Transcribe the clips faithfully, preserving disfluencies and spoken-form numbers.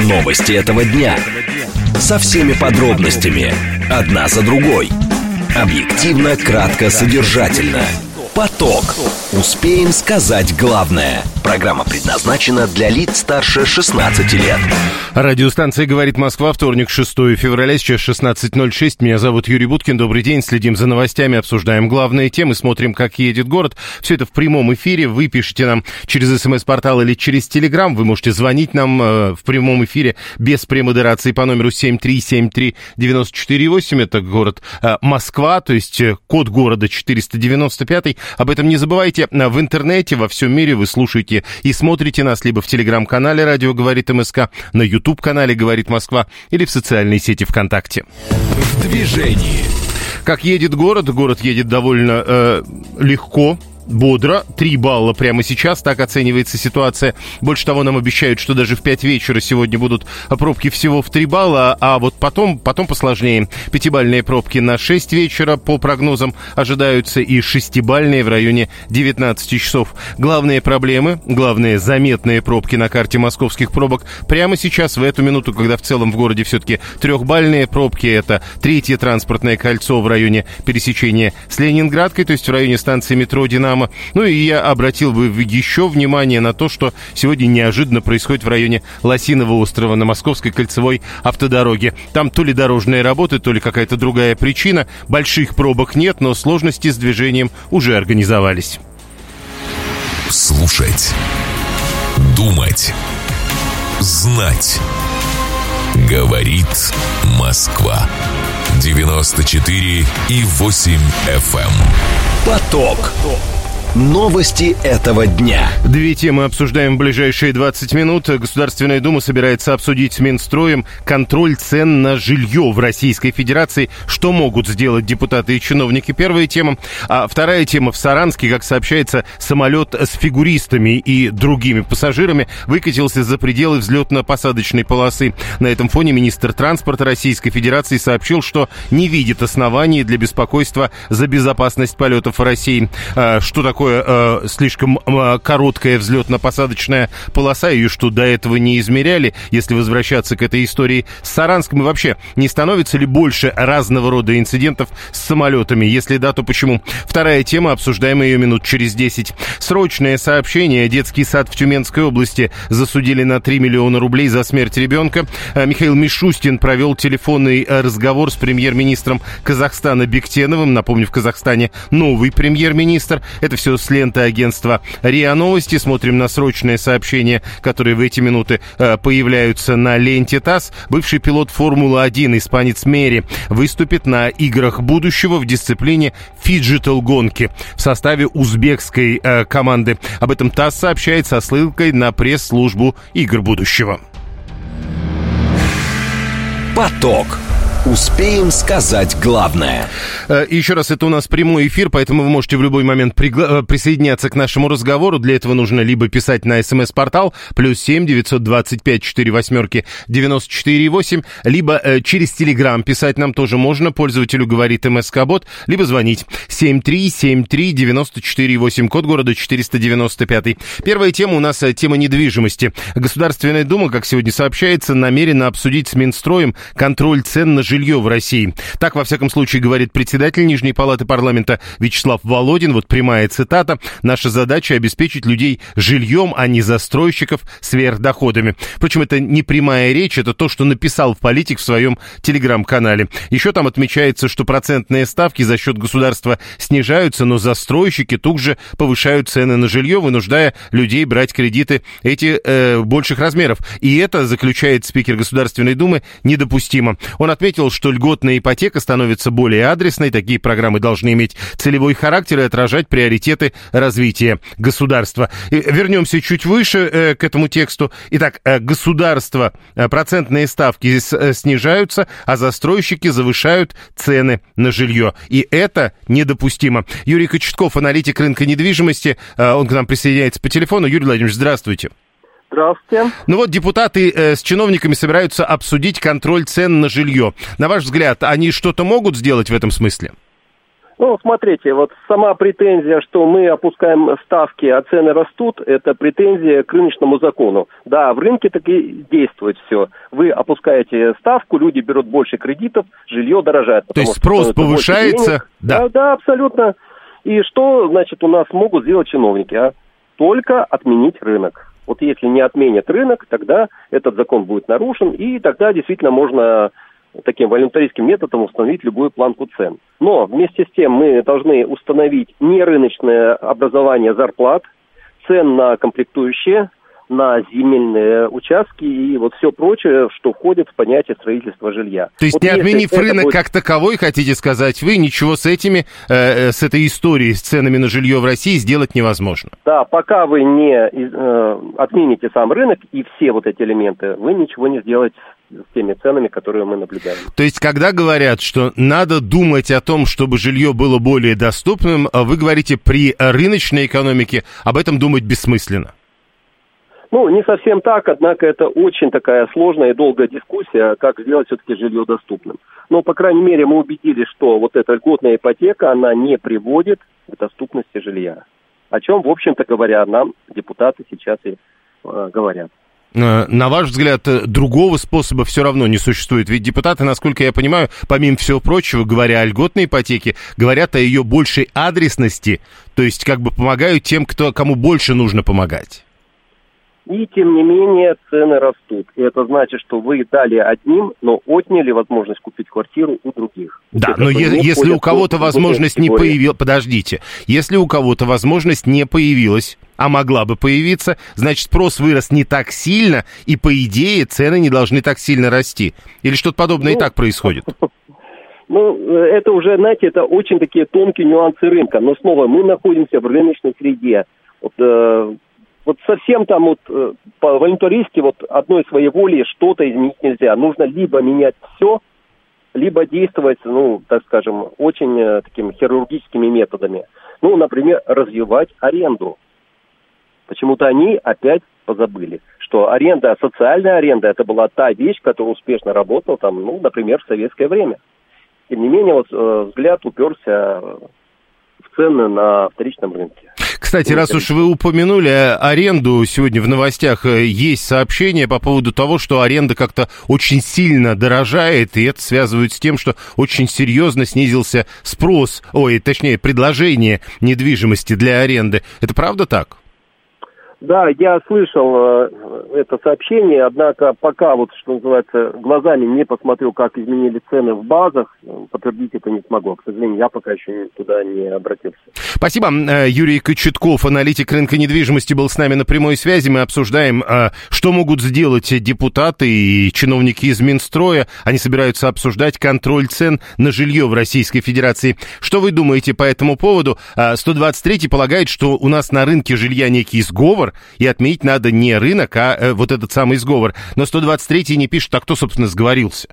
Новости этого дня. Со всеми подробностями. Одна за другой. Объективно, кратко, содержательно. Поток. Успеем сказать главное. Программа предназначена для лиц старше шестнадцати лет. Радиостанция «Говорит Москва», вторник, шестого февраля, сейчас шестнадцать ноль шесть. Меня зовут Юрий Буткин. Добрый день. Следим за новостями, обсуждаем главные темы, смотрим, как едет город. Все это в прямом эфире. Вы пишите нам через СМС-портал или через Телеграм. Вы можете звонить нам э, в прямом эфире без премодерации по номеру семь три семь три девять четыре восемь. Это город э, Москва, то есть э, код города четыреста девяносто пять. Об этом не забывайте. В интернете во всем мире вы слушаете и смотрите нас либо в телеграм-канале «Радио говорит МСК», на ютуб-канале «Говорит Москва» или в социальной сети ВКонтакте. В движении. Как едет город? Город едет довольно э, легко. Бодро, три балла прямо сейчас, так оценивается ситуация. Больше того, нам обещают, что даже в пять вечера сегодня будут пробки всего в три балла, а вот потом, потом посложнее. Пятибалльные пробки на шесть вечера, по прогнозам, ожидаются, и шестибалльные в районе девятнадцати часов. Главные проблемы, главные заметные пробки на карте московских пробок прямо сейчас, в эту минуту, когда в целом в городе все-таки трехбалльные пробки. Это третье транспортное кольцо в районе пересечения с Ленинградкой, то есть в районе станции метро «Динамо». Ну и я обратил бы еще внимание на то, что сегодня неожиданно происходит в районе Лосиного острова на Московской кольцевой автодороге. Там то ли дорожные работы, то ли какая-то другая причина. Больших пробок нет, но сложности с движением уже организовались. Слушать. Думать. Знать. Говорит Москва. девяносто четыре и восемь эф эм. Поток. Новости этого дня. Две темы обсуждаем в ближайшие двадцать минут. Государственная Дума собирается обсудить с Минстроем контроль цен на жилье в Российской Федерации. Что могут сделать депутаты и чиновники? Первая тема. А вторая тема. В Саранске, как сообщается, самолет с фигуристами и другими пассажирами выкатился за пределы взлетно-посадочной полосы. На этом фоне министр транспорта Российской Федерации сообщил, что не видит оснований для беспокойства за безопасность полетов в России. А что такое э, слишком э, короткая взлетно-посадочная полоса, ее что, до этого не измеряли, если возвращаться к этой истории с Саранском? И вообще, не становится ли больше разного рода инцидентов с самолетами? Если да, то почему? Вторая тема, обсуждаем ее минут через десять. Срочное сообщение. Детский сад в Тюменской области засудили на три миллиона рублей за смерть ребенка. Михаил Мишустин провел телефонный разговор с премьер-министром Казахстана Бектеновым. Напомню, в Казахстане новый премьер-министр. Это все с ленты агентства РИА Новости. Смотрим на срочные сообщения, которые в эти минуты э, появляются на ленте ТАСС. Бывший пилот Формулы один, испанец Мери, выступит на играх будущего в дисциплине фиджитал-гонки в составе узбекской э, команды. Об этом ТАСС сообщает со ссылкой на пресс-службу игр будущего. Поток. Успеем сказать главное. Еще раз, это у нас прямой эфир, поэтому вы можете в любой момент пригла- присоединяться к нашему разговору. Для этого нужно либо писать на СМС-портал плюс семь девятьсот двадцать пять четыре восьмерки девяносто четыре восемь, либо э, через Телеграм писать нам тоже можно. Пользователю говорит МСК-бот, либо звонить семь три семь три девять четыре восемь, код города четыреста девяносто пять. Первая тема у нас тема недвижимости. Государственная Дума, как сегодня сообщается, намерена обсудить с Минстроем контроль цен на жилье жилье в России. Так, во всяком случае, говорит председатель Нижней палаты парламента Вячеслав Володин. Вот прямая цитата. «Наша задача — обеспечить людей жильем, а не застройщиков сверхдоходами». Впрочем, это не прямая речь, это то, что написал политик в своем телеграм-канале. Еще там отмечается, что процентные ставки за счет государства снижаются, но застройщики тут же повышают цены на жилье, вынуждая людей брать кредиты эти э, больших размеров. И это, заключает спикер Государственной Думы, недопустимо. Он отметил, что льготная ипотека становится более адресной, такие программы должны иметь целевой характер и отражать приоритеты развития государства. И вернемся чуть выше э, к этому тексту. Итак, э, государство, э, процентные ставки с, э, снижаются, а застройщики завышают цены на жилье. И это недопустимо. Юрий Кочетков, аналитик рынка недвижимости, э, он к нам присоединяется по телефону. Юрий Владимирович, здравствуйте. Здравствуйте. Ну вот депутаты э, с чиновниками собираются обсудить контроль цен на жилье. На ваш взгляд, они что-то могут сделать в этом смысле? Ну, смотрите, вот сама претензия, что мы опускаем ставки, а цены растут, это претензия к рыночному закону. Да, в рынке так и действует все. Вы опускаете ставку, люди берут больше кредитов, жилье дорожает. То есть спрос повышается? Да. да, да, абсолютно. И что, значит, у нас могут сделать чиновники? А? Только отменить рынок. Вот если не отменят рынок, тогда этот закон будет нарушен, и тогда действительно можно таким волюнтаристским методом установить любую планку цен. Но вместе с тем мы должны установить нерыночное образование зарплат, цен на комплектующие, на земельные участки и вот все прочее, что входит в понятие строительства жилья. То есть вот не отменив рынок будет... как таковой, хотите сказать вы, ничего с этими, э, с этой историей, с ценами на жилье в России сделать невозможно? Да, пока вы не э, отмените сам рынок и все вот эти элементы, вы ничего не сделаете с теми ценами, которые мы наблюдаем. То есть, когда говорят, что надо думать о том, чтобы жилье было более доступным, вы говорите, при рыночной экономике об этом думать бессмысленно? Ну, не совсем так, однако это очень такая сложная и долгая дискуссия, как сделать все-таки жилье доступным. Но, по крайней мере, мы убедились, что вот эта льготная ипотека, она не приводит к доступности жилья. О чем, в общем-то говоря, нам депутаты сейчас и э, говорят. На ваш взгляд, другого способа все равно не существует? Ведь депутаты, насколько я понимаю, помимо всего прочего, говоря о льготной ипотеке, говорят о ее большей адресности, то есть как бы помогают тем, кто, кому больше нужно помогать. И, тем не менее, цены растут. И это значит, что вы дали одним, но отняли возможность купить квартиру у других. Да, но е- если у кого-то возможность не появилась... Подождите. Если у кого-то возможность не появилась, а могла бы появиться, значит, спрос вырос не так сильно, и, по идее, цены не должны так сильно расти. Или что-то подобное ну, и так происходит? Ну, это уже, знаете, это очень такие тонкие нюансы рынка. Но снова мы находимся в рыночной среде. Вот... Э- Вот совсем там вот по волюнтаристски вот одной своей воли что-то изменить нельзя. Нужно либо менять все, либо действовать, ну, так скажем, очень э, такими хирургическими методами. Ну, например, развивать аренду. Почему-то они опять позабыли, что аренда, социальная аренда, это была та вещь, которая успешно работала там, ну, например, в советское время. Тем не менее, вот э, взгляд уперся в цены на вторичном рынке. Кстати, раз уж вы упомянули аренду, сегодня в новостях есть сообщение по поводу того, что аренда как-то очень сильно дорожает, и это связывают с тем, что очень серьезно снизился спрос, ой, точнее, предложение недвижимости для аренды. Это правда так? Да, я слышал э, это сообщение, однако пока, вот, что называется, глазами не посмотрел, как изменили цены в базах, подтвердить это не смогу. К сожалению, я пока еще туда не обратился. Спасибо. Юрий Кочетков, аналитик рынка недвижимости, был с нами на прямой связи. Мы обсуждаем, что могут сделать депутаты и чиновники из Минстроя. Они собираются обсуждать контроль цен на жилье в Российской Федерации. Что вы думаете по этому поводу? сто двадцать третий полагает, что у нас на рынке жилья некий сговор, и отменить надо не рынок, а э, вот этот самый сговор. Но сто двадцать третий не пишет, а кто, собственно, сговорился.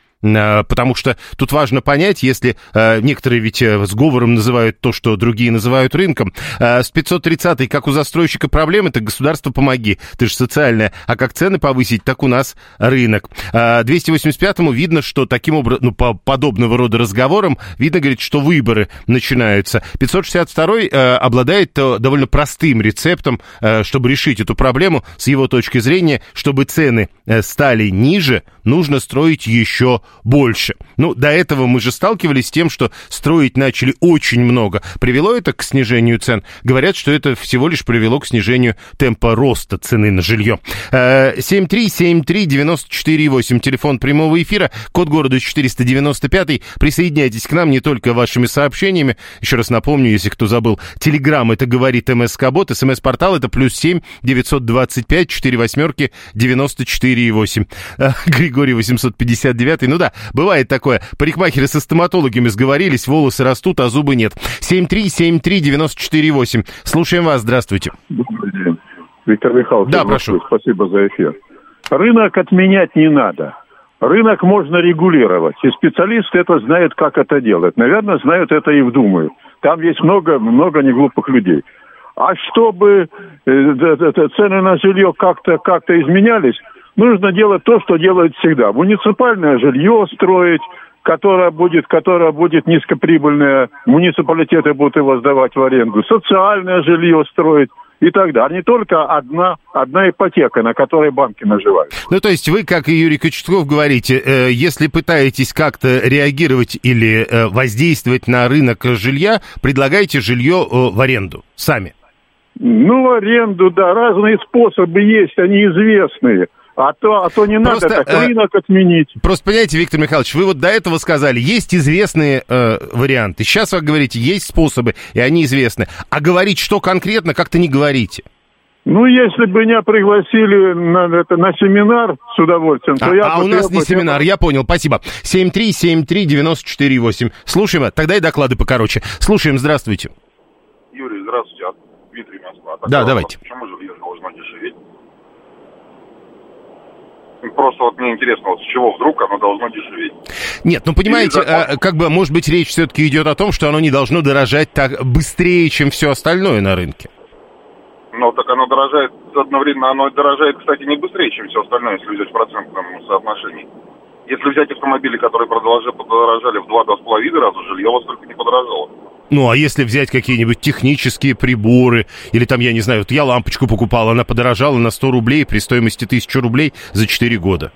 Потому что тут важно понять, если э, некоторые ведь э, сговором называют то, что другие называют рынком. Э, с пятьсот тридцатый, как у застройщика проблемы, так государство помоги, ты же социальное. А как цены повысить, так у нас рынок. Э, двести восемьдесят пятому видно, что таким образом, ну, по подобного рода разговорам, видно, говорит, что выборы начинаются. пятьсот шестьдесят второй э, обладает э, довольно простым рецептом, э, чтобы решить эту проблему, с его точки зрения, чтобы цены э, стали ниже, нужно строить еще больше. Ну, до этого мы же сталкивались с тем, что строить начали очень много. Привело это к снижению цен? Говорят, что это всего лишь привело к снижению темпа роста цены на жилье. семь три семь три девять четыре восемь, телефон прямого эфира, код города четыреста девяносто пять. Присоединяйтесь к нам не только вашими сообщениями. Еще раз напомню, если кто забыл, Телеграм — это говорит МСК-бот, СМС-портал — это плюс семь девятьсот двадцать пять четыре восьмерки девяносто четыре восемь. Григорий восемьсот пятьдесят девять. Ну да, бывает такое. Парикмахеры со стоматологами сговорились, волосы растут, а зубы нет. семь три семь три девять четыре восемь. Слушаем вас, здравствуйте. Добрый день. Виктор Михайлович, да, прошу. Спасибо за эфир. Рынок отменять не надо. Рынок можно регулировать. И специалисты это знают, как это делать. Наверное, знают это и вдумают. Там есть много, много неглупых людей. А чтобы э, э, цены на жилье как-то, как-то изменялись, нужно делать то, что делают всегда. Муниципальное жилье строить, которая будет, которая будет низкоприбыльная, муниципалитеты будут его сдавать в аренду, социальное жилье строить и так далее. Не только одна, одна ипотека, на которой банки наживают. Ну, то есть вы, как и Юрий Кочетков, говорите, э, если пытаетесь как-то реагировать или э, воздействовать на рынок жилья, предлагайте жилье э, в аренду сами. Ну, в аренду, да, разные способы есть, они известные. А то, а то не просто, надо так рынок э, отменить. Просто понимаете, Виктор Михайлович, вы вот до этого сказали, есть известные э, варианты. Сейчас вы говорите, есть способы, и они известны. А говорить, что конкретно, как-то не говорите. Ну, если бы меня пригласили на, это, на семинар с удовольствием, то а, я а бы... у нас не семинар, я понял, спасибо. семь три семь три девять четыре восемь. Слушаем, тогда и доклады покороче. Слушаем, здравствуйте. Юрий, здравствуйте, Дмитрий, Москва. Да, вопрос, давайте. Почему жилье должно дешеветь? Просто вот мне интересно, вот с чего вдруг оно должно дешеветь? Нет, ну понимаете, закон... как бы, может быть, речь все-таки идет о том, что оно не должно дорожать так быстрее, чем все остальное на рынке. Ну, так оно дорожает, одновременно оно дорожает, кстати, не быстрее, чем все остальное, если взять в процентном соотношении. Если взять автомобили, которые подорожали в два-два с половиной раза, жилье у вас только не подорожало. Ну, а если взять какие-нибудь технические приборы, или там, я не знаю, вот я лампочку покупал, она подорожала на сто рублей при стоимости тысячи рублей за четыре года.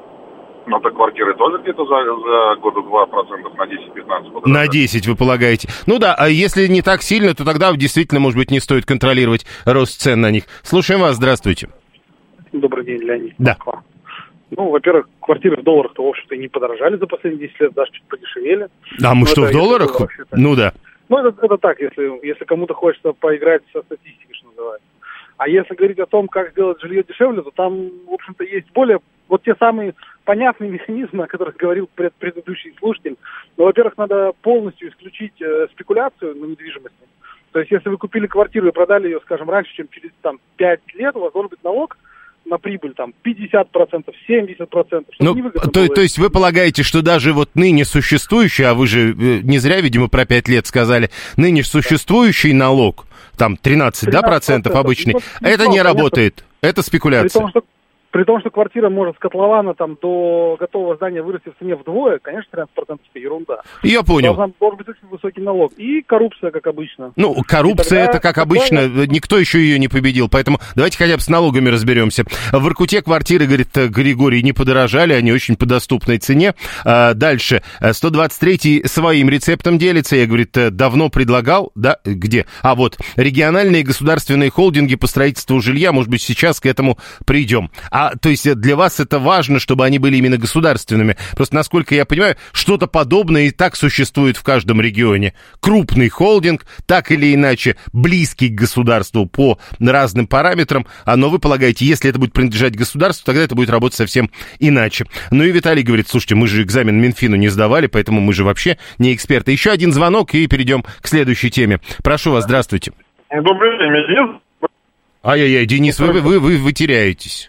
Ну, так квартиры тоже где-то за, за года два процента на десять-пятнадцать подорожали. На десять вы полагаете? Ну да, а если не так сильно, то тогда действительно, может быть, не стоит контролировать рост цен на них. Слушаем вас, здравствуйте. Добрый день, Леонид. Да. Москва. Ну, во-первых, квартиры в долларах-то, в общем-то, не подорожали за последние десять лет, даже чуть подешевели. А мы что, в долларах? Ну да. Ну, это, это так, если, если кому-то хочется поиграть со статистикой, что называется. А если говорить о том, как сделать жилье дешевле, то там, в общем-то, есть более... Вот те самые понятные механизмы, о которых говорил пред, предыдущий слушатель. Ну, во-первых, надо полностью исключить э, спекуляцию на недвижимости. То есть, если вы купили квартиру и продали ее, скажем, раньше, чем через там, пять лет, у вас должен быть налог на прибыль там пятьдесят процентов, семьдесят процентов. Ну, то, то есть вы полагаете, что даже вот ныне существующий, а вы же не зря, видимо, про пять лет сказали, ныне существующий налог, там тринадцать, да, процентов обычный, ну, это не работает, это спекуляция. При том, что, при том, что квартира может с котлована там до готового здания вырасти в цене вдвое, конечно, тринадцать процентов это ерунда. Я понял. Должен, должен быть очень высокий налог. И коррупция, как обычно. Ну, коррупция это, как обычно, тогда... никто еще ее не победил, поэтому давайте хотя бы с налогами разберемся. В Иркуте квартиры, говорит Григорий, не подорожали, они очень по доступной цене. А дальше, сто двадцать третий своим рецептом делится, я, говорит, давно предлагал, да, где? А вот, региональные государственные холдинги по строительству жилья, может быть, сейчас к этому придем. А, то есть для вас это важно, чтобы они были именно государственными. Просто, насколько я понимаю, что-то подобное и так существует в каждом регионе. Крупный холдинг, так или иначе, близкий к государству по разным параметрам. Но вы полагаете, если это будет принадлежать государству, тогда это будет работать совсем иначе. Ну и Виталий говорит, слушайте, мы же экзамен Минфину не сдавали, поэтому мы же вообще не эксперты. Еще один звонок и перейдем к следующей теме. Прошу вас, здравствуйте. Добрый день, Денис. Ай-яй-яй, Денис, вы, вы, вы, вы теряетесь.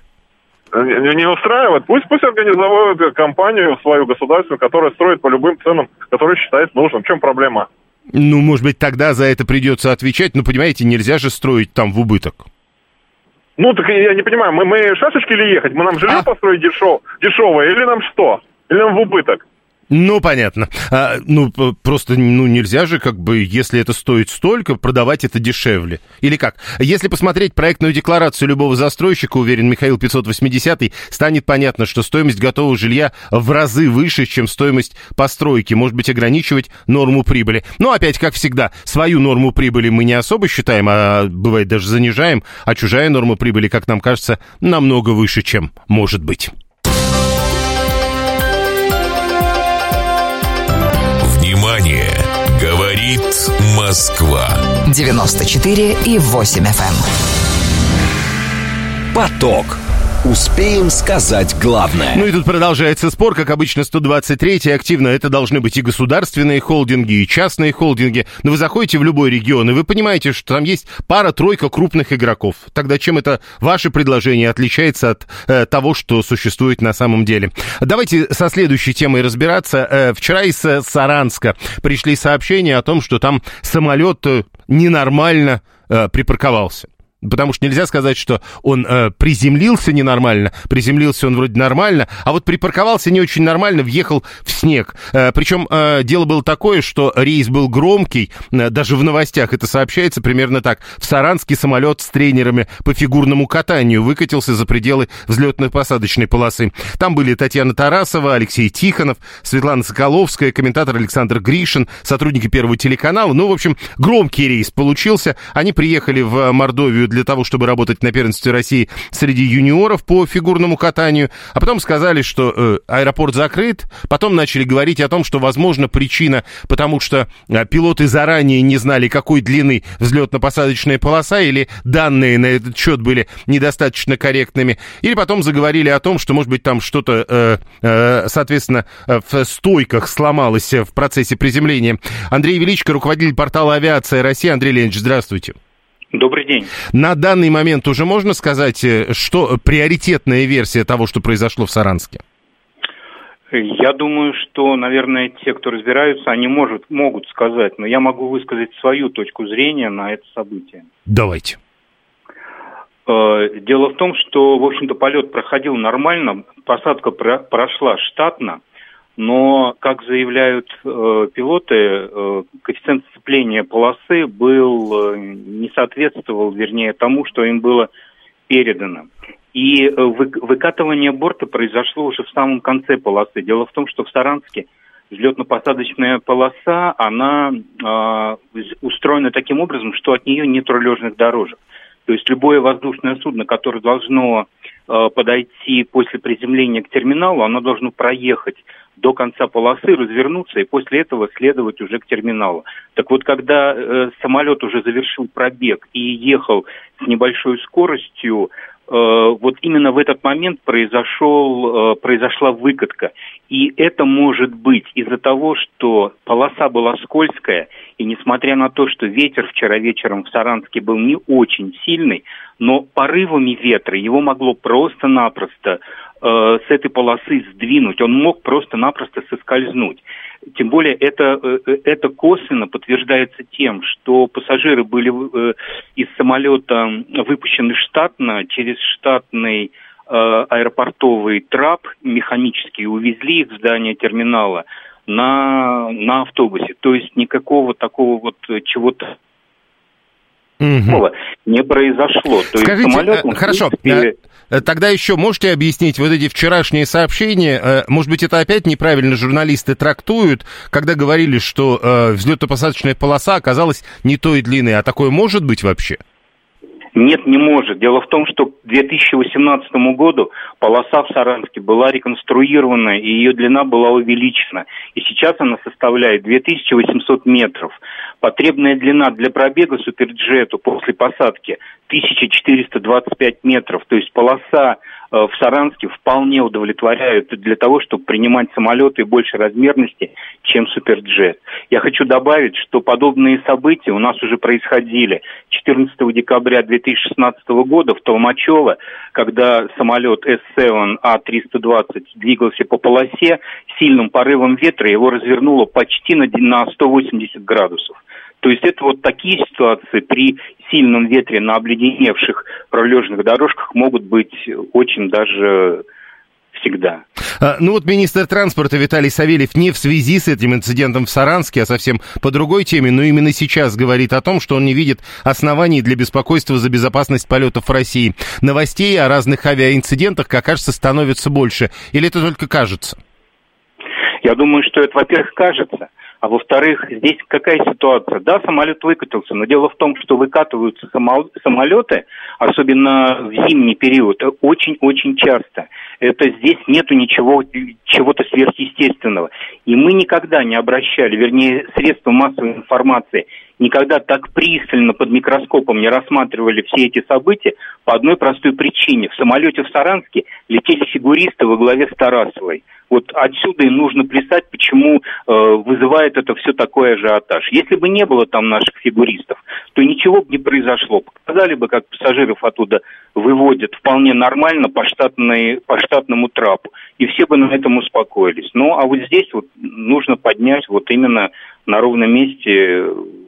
Не, не устраивает. Пусть, пусть организуют компанию свою государственную, которая строит по любым ценам, которые считает нужным. В чем проблема? Ну, может быть, тогда за это придется отвечать. Ну, понимаете, нельзя же строить там в убыток. Ну, так я не понимаю, мы, мы шашечки ли ехать? Мы нам жилье а? построить дешев, дешевое или нам что? Или нам в убыток? Ну, понятно. А, ну, просто ну, нельзя же, как бы, если это стоит столько, продавать это дешевле. Или как? Если посмотреть проектную декларацию любого застройщика, уверен Михаил пятьсот восьмидесятый, станет понятно, что стоимость готового жилья в разы выше, чем стоимость постройки. Может быть, ограничивать норму прибыли. Но опять, как всегда, свою норму прибыли мы не особо считаем, а бывает даже занижаем, а чужая норма прибыли, как нам кажется, намного выше, чем может быть. Внимание! Говорит Москва. девяносто четыре и восемь эф эм. Поток. Успеем сказать главное. Ну и тут продолжается спор, как обычно, сто двадцать третий активно. Это должны быть и государственные холдинги, и частные холдинги. Но вы заходите в любой регион, и вы понимаете, что там есть пара-тройка крупных игроков. Тогда чем это ваше предложение отличается от э, того, что существует на самом деле? Давайте со следующей темой разбираться. Э, вчера из э, Саранска пришли сообщения о том, что там самолет э, ненормально э, припарковался. Потому что нельзя сказать, что он э, приземлился ненормально, приземлился он вроде нормально, а вот припарковался не очень нормально, въехал в снег. Э, причем э, дело было такое, что рейс был громкий, э, даже в новостях это сообщается примерно так. В Саранске самолет с тренерами по фигурному катанию выкатился за пределы взлетно-посадочной полосы. Там были Татьяна Тарасова, Алексей Тихонов, Светлана Соколовская, комментатор Александр Гришин, сотрудники Первого телеканала. Ну, в общем, громкий рейс получился. Они приехали в Мордовию для того, чтобы работать на первенстве России среди юниоров по фигурному катанию, а потом сказали, что э, аэропорт закрыт, потом начали говорить о том, что, возможно, причина, потому что э, пилоты заранее не знали, какой длины взлетно-посадочная полоса, или данные на этот счет были недостаточно корректными, или потом заговорили о том, что, может быть, там что-то, э, э, соответственно, в стойках сломалось в процессе приземления. Андрей Величко, руководитель портала «Авиация России». Андрей Леонидович, здравствуйте. Добрый день. На данный момент уже можно сказать, что приоритетная версия того, что произошло в Саранске? Я думаю, что, наверное, те, кто разбираются, они может, могут сказать, но я могу высказать свою точку зрения на это событие. Давайте. Дело в том, что, в общем-то, полет проходил нормально, посадка про- прошла штатно, но, как заявляют э, пилоты, э, коэффициент сцепления полосы был, э, не соответствовал, вернее, тому, что им было передано. И э, вы, выкатывание борта произошло уже в самом конце полосы. Дело в том, что в Саранске взлетно-посадочная полоса, она э, устроена таким образом, что от нее нет рулежных дорожек. То есть любое воздушное судно, которое должно э, подойти после приземления к терминалу, оно должно проехать до конца полосы, развернуться и после этого следовать уже к терминалу. Так вот, когда э, самолет уже завершил пробег и ехал с небольшой скоростью, э, вот именно в этот момент произошел, э, произошла выкатка. И это может быть из-за того, что полоса была скользкая, и несмотря на то, что ветер вчера вечером в Саранске был не очень сильный, но порывами ветра его могло просто-напросто э, с этой полосы сдвинуть, он мог просто-напросто соскользнуть. Тем более это, э, это косвенно подтверждается тем, что пассажиры были э, из самолета выпущены штатно, через штатный э, аэропортовый трап механически увезли их в здание терминала на, на автобусе. То есть никакого такого вот чего-то Угу. не произошло. То Скажите, есть самолет, он, хорошо, принципе... тогда еще можете объяснить вот эти вчерашние сообщения? Может быть, это опять неправильно журналисты трактуют, когда говорили, что э, взлетно-посадочная полоса оказалась не той длины, а такое может быть вообще? Нет, не может. Дело в том, что к две тысячи восемнадцатому году полоса в Саранске была реконструирована, и ее длина была увеличена. И сейчас она составляет две тысячи восемьсот метров. Потребная длина для пробега суперджету после посадки тысяча четыреста двадцать пять метров. То есть полоса э, в Саранске вполне удовлетворяет для того, чтобы принимать самолеты большей размерности, чем суперджет. Я хочу добавить, что подобные события у нас уже происходили четырнадцатого декабря две тысячи шестнадцатого года в Толмачево, когда самолет эс семь а триста двадцать двигался по полосе, сильным порывом ветра его развернуло почти на, на сто восемьдесят градусов. То есть это вот такие ситуации при сильном ветре на обледеневших пролежных дорожках могут быть очень даже всегда. А, ну вот министр транспорта Виталий Савельев не в связи с этим инцидентом в Саранске, а совсем по другой теме, но именно сейчас говорит о том, что он не видит оснований для беспокойства за безопасность полетов в России. Новостей о разных авиаинцидентах, как кажется, становится больше. Или это только кажется? Я думаю, что это, во-первых, кажется. А во-вторых, здесь какая ситуация? Да, самолет выкатился, но дело в том, что выкатываются самолеты, особенно в зимний период, очень-очень часто. Это здесь нету ничего, чего-то сверхъестественного. И мы никогда не обращали, вернее, средства массовой информации, никогда так пристально под микроскопом не рассматривали все эти события по одной простой причине. В самолете в Саранске летели фигуристы во главе с Тарасовой. Вот отсюда и нужно плясать, почему э, вызывает это все такой ажиотаж. Если бы не было там наших фигуристов, то ничего бы не произошло. Показали бы, как пассажиров оттуда выводят вполне нормально по, штатной, по штатному трапу. И все бы на этом успокоились. Ну, а вот здесь вот нужно поднять вот именно на ровном месте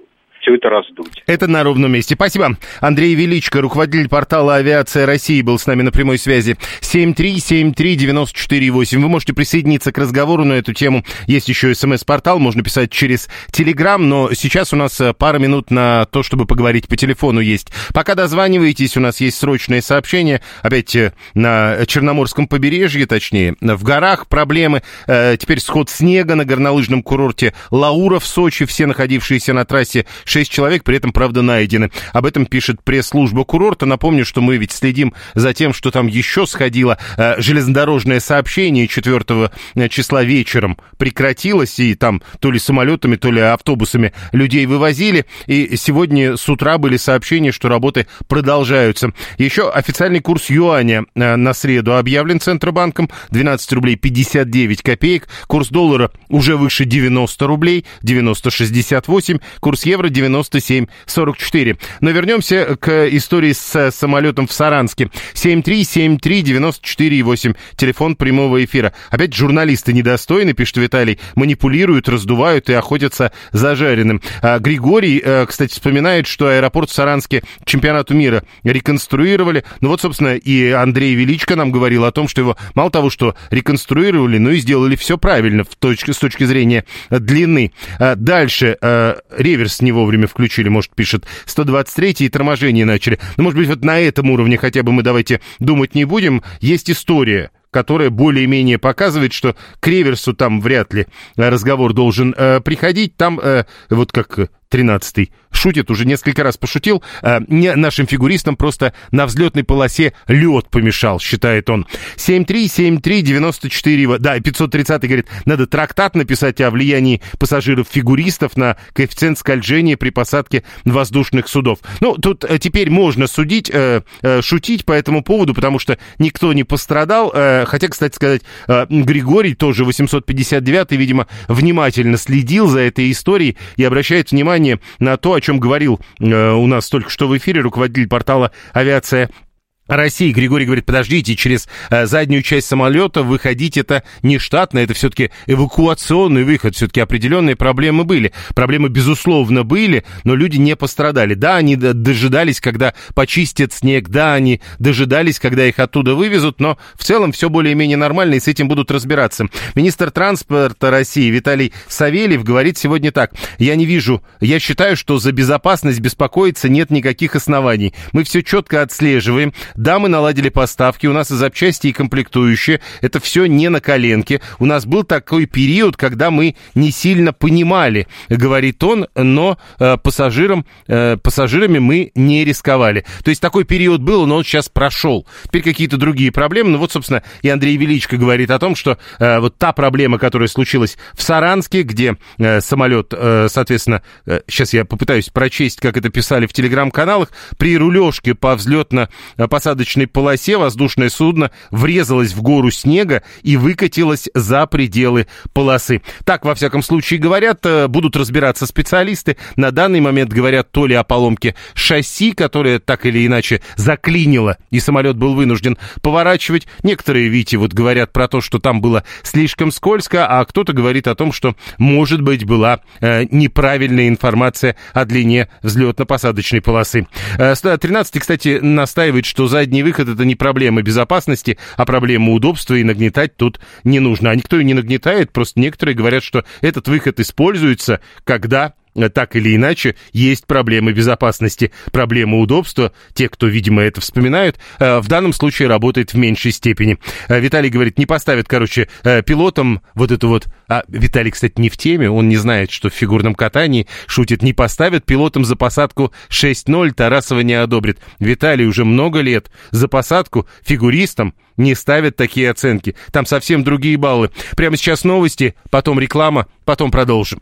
все это раздуть. Это на ровном месте. Спасибо. Андрей Величко, руководитель портала «Авиация России», был с нами на прямой связи. семь три семь три девять четыре восемь. Вы можете присоединиться к разговору на эту тему. Есть еще смс-портал, можно писать через Телеграм, но сейчас у нас пара минут на то, чтобы поговорить по телефону есть. Пока дозваниваетесь, у нас есть срочное сообщение. Опять на Черноморском побережье, точнее, в горах проблемы. Теперь сход снега на горнолыжном курорте Лаура в Сочи. Все находившиеся на трассе шесть человек, при этом, правда, найдены. Об этом пишет пресс-служба курорта. Напомню, что мы ведь следим за тем, что там еще сходило. Э, железнодорожное сообщение четвертого числа вечером прекратилось, и там то ли самолетами, то ли автобусами людей вывозили. И сегодня с утра были сообщения, что работы продолжаются. Еще официальный курс юаня э, на среду объявлен Центробанком. двенадцать рублей пятьдесят девять копеек. Курс доллара уже выше девяносто рублей, девяносто шестьдесят восемь. Курс евро девяносто семь сорок четыре. Но вернемся к истории с самолетом в Саранске. семь три семь три девять четыре восемь. Телефон прямого эфира. Опять журналисты недостойны, пишет Виталий, манипулируют, раздувают и охотятся за жареным. А Григорий, кстати, вспоминает, что аэропорт в Саранске чемпионату мира реконструировали. Ну вот, собственно, и Андрей Величко нам говорил о том, что его мало того, что реконструировали, но и сделали все правильно в точке, с точки зрения длины. Дальше реверс не вовремя включили, может, пишет сто двадцать три, и торможение начали. Ну, может быть, вот на этом уровне хотя бы мы давайте думать не будем. Есть история, которая более-менее показывает, что к реверсу там вряд ли разговор должен э, приходить. Там, э, вот как тринадцатый шутит, уже несколько раз пошутил, э, не нашим фигуристам просто на взлетной полосе лед помешал, считает он. семь три семь три девять четыре, да, пятьсот тридцатый говорит, надо трактат написать о влиянии пассажиров-фигуристов на коэффициент скольжения при посадке воздушных судов. Ну, тут э, теперь можно судить, э, э, шутить по этому поводу, потому что никто не пострадал. Э, хотя, кстати сказать, э, Григорий, тоже восемьсот пятьдесят девятый, видимо, внимательно следил за этой историей и обращает внимание на то, о чем говорил э, у нас только что в эфире руководитель портала «Авиация России». Григорий говорит, подождите, через э, заднюю часть самолета выходить это не штатно, это все-таки эвакуационный выход, все-таки определенные проблемы были. Проблемы, безусловно, были, но люди не пострадали. Да, они дожидались, когда почистят снег, да, они дожидались, когда их оттуда вывезут, но в целом все более-менее нормально, и с этим будут разбираться. Министр транспорта России Виталий Савельев говорит сегодня так: я не вижу, я считаю, что за безопасность беспокоиться нет никаких оснований. Мы все четко отслеживаем. Да, мы наладили поставки, у нас и запчасти, и комплектующие. Это все не на коленке. У нас был такой период, когда мы не сильно понимали, говорит он, но э, пассажирам, э, пассажирами мы не рисковали. То есть такой период был, но он сейчас прошел. Теперь какие-то другие проблемы. Ну вот, собственно, и Андрей Величко говорит о том, что э, вот та проблема, которая случилась в Саранске, где э, самолет, э, соответственно, э, сейчас я попытаюсь прочесть, как это писали в телеграм-каналах, при рулежке по взлетно-посадочной полосе воздушное судно врезалось в гору снега и выкатилось за пределы полосы. Так, во всяком случае, говорят, будут разбираться специалисты. На данный момент говорят то ли о поломке шасси, которое так или иначе заклинило, и самолет был вынужден поворачивать. Некоторые, видите, вот говорят про то, что там было слишком скользко, а кто-то говорит о том, что, может быть, была э, неправильная информация о длине взлетно-посадочной полосы. Э, тринадцатый, кстати, настаивает, что задний выход — это не проблема безопасности, а проблема удобства, и нагнетать тут не нужно. А никто и не нагнетает, просто некоторые говорят, что этот выход используется, когда так или иначе есть проблемы безопасности, проблемы удобства. Те, кто, видимо, это вспоминают, в данном случае работает в меньшей степени. Виталий говорит, не поставят, короче, пилотам вот эту вот... А Виталий, кстати, не в теме, он не знает, что в фигурном катании шутит, не поставят пилотам за посадку шесть ноль, Тарасова не одобрит. Виталий уже много лет за посадку фигуристам не ставят такие оценки. Там совсем другие баллы. Прямо сейчас новости, потом реклама, потом продолжим.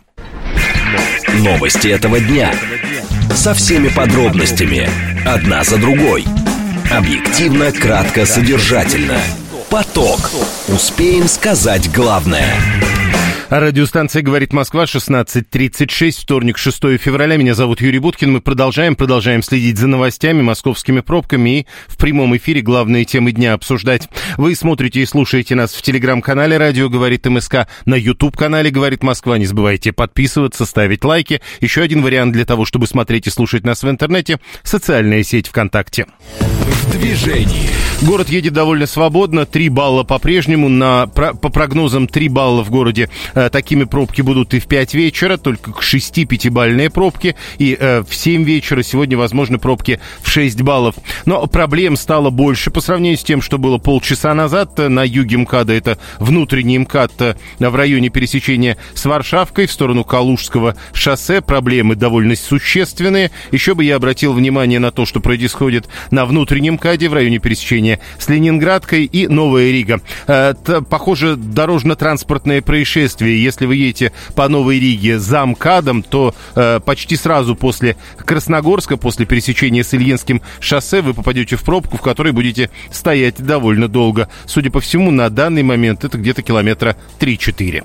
Новости этого дня. Со всеми подробностями. Одна за другой. Объективно, кратко, содержательно. Поток. Успеем сказать главное. Радиостанция «Говорит Москва», шестнадцать тридцать шесть, вторник, шестое февраля. Меня зовут Юрий Буткин. Мы продолжаем, продолжаем следить за новостями, московскими пробками и в прямом эфире главные темы дня обсуждать. Вы смотрите и слушаете нас в телеграм-канале «Радио говорит МСК», на YouTube-канале «Говорит Москва». Не забывайте подписываться, ставить лайки. Еще один вариант для того, чтобы смотреть и слушать нас в интернете — социальная сеть ВКонтакте. В движении. Город едет довольно свободно, три балла по-прежнему. На, по прогнозам три балла в городе. Э, такими пробки будут и в пять вечера, только к шести пятибалльные пробки. И э, в семь вечера сегодня возможны пробки в шесть баллов. Но проблем стало больше по сравнению с тем, что было полчаса назад. На юге МКАДа, это внутренний МКАД в районе пересечения с Варшавкой в сторону Калужского шоссе. Проблемы довольно существенные. Еще бы я обратил внимание на то, что происходит на внутреннем МКАДе в районе пересечения с Ленинградкой и Новая Рига. Это, похоже, дорожно-транспортное происшествие. Если вы едете по Новой Риге за МКАДом, то э, почти сразу после Красногорска, после пересечения с Ильинским шоссе, вы попадете в пробку, в которой будете стоять довольно долго. Судя по всему, на данный момент это где-то километра три-четыре.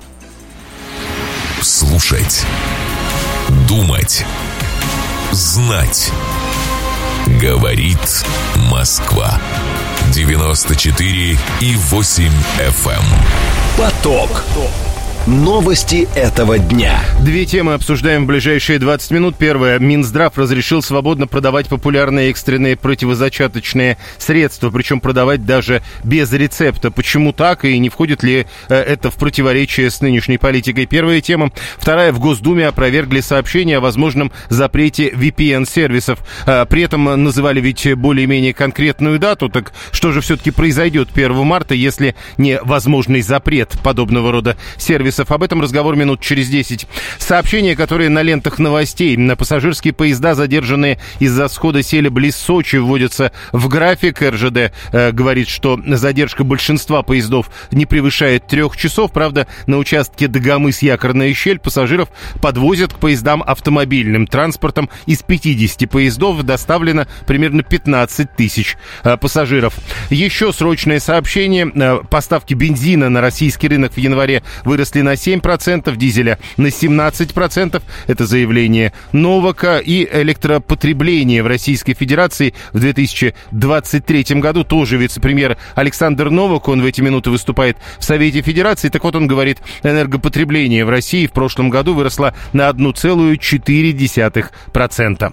Слушать, думать, знать. Говорит Москва. девяносто четыре и восемь эф эм. Поток. Новости этого дня. Две темы обсуждаем в ближайшие двадцать минут. Первое. Минздрав разрешил свободно продавать популярные экстренные противозачаточные средства, причем продавать даже без рецепта. Почему так и не входит ли э, это в противоречие с нынешней политикой? Первая тема. Вторая. В Госдуме опровергли сообщение о возможном запрете ви пи эн-сервисов. Э, при этом называли ведь более-менее конкретную дату. Так что же все-таки произойдет первого марта, если не возможный запрет подобного рода сервисов? Об этом разговор минут через десять. Сообщения, которые на лентах новостей. На пассажирские поезда, задержанные из-за схода сели близ Сочи, вводятся в график. эр жэ дэ э, говорит, что задержка большинства поездов не превышает трех часов. Правда, на участке Дагомыс-Якорная щель пассажиров подвозят к поездам автомобильным транспортом. Из пятидесяти поездов доставлено примерно пятнадцать тысяч э, пассажиров. Еще срочное сообщение. Э, поставки бензина на российский рынок в январе выросли на семь процентов, дизеля на семнадцать процентов. Это заявление Новака. И электропотребление в Российской Федерации в две тысячи двадцать третьем году. Тоже вице-премьер Александр Новак, он в эти минуты выступает в Совете Федерации. Так вот, он говорит, энергопотребление в России в прошлом году выросло на одна целая четыре десятых процента.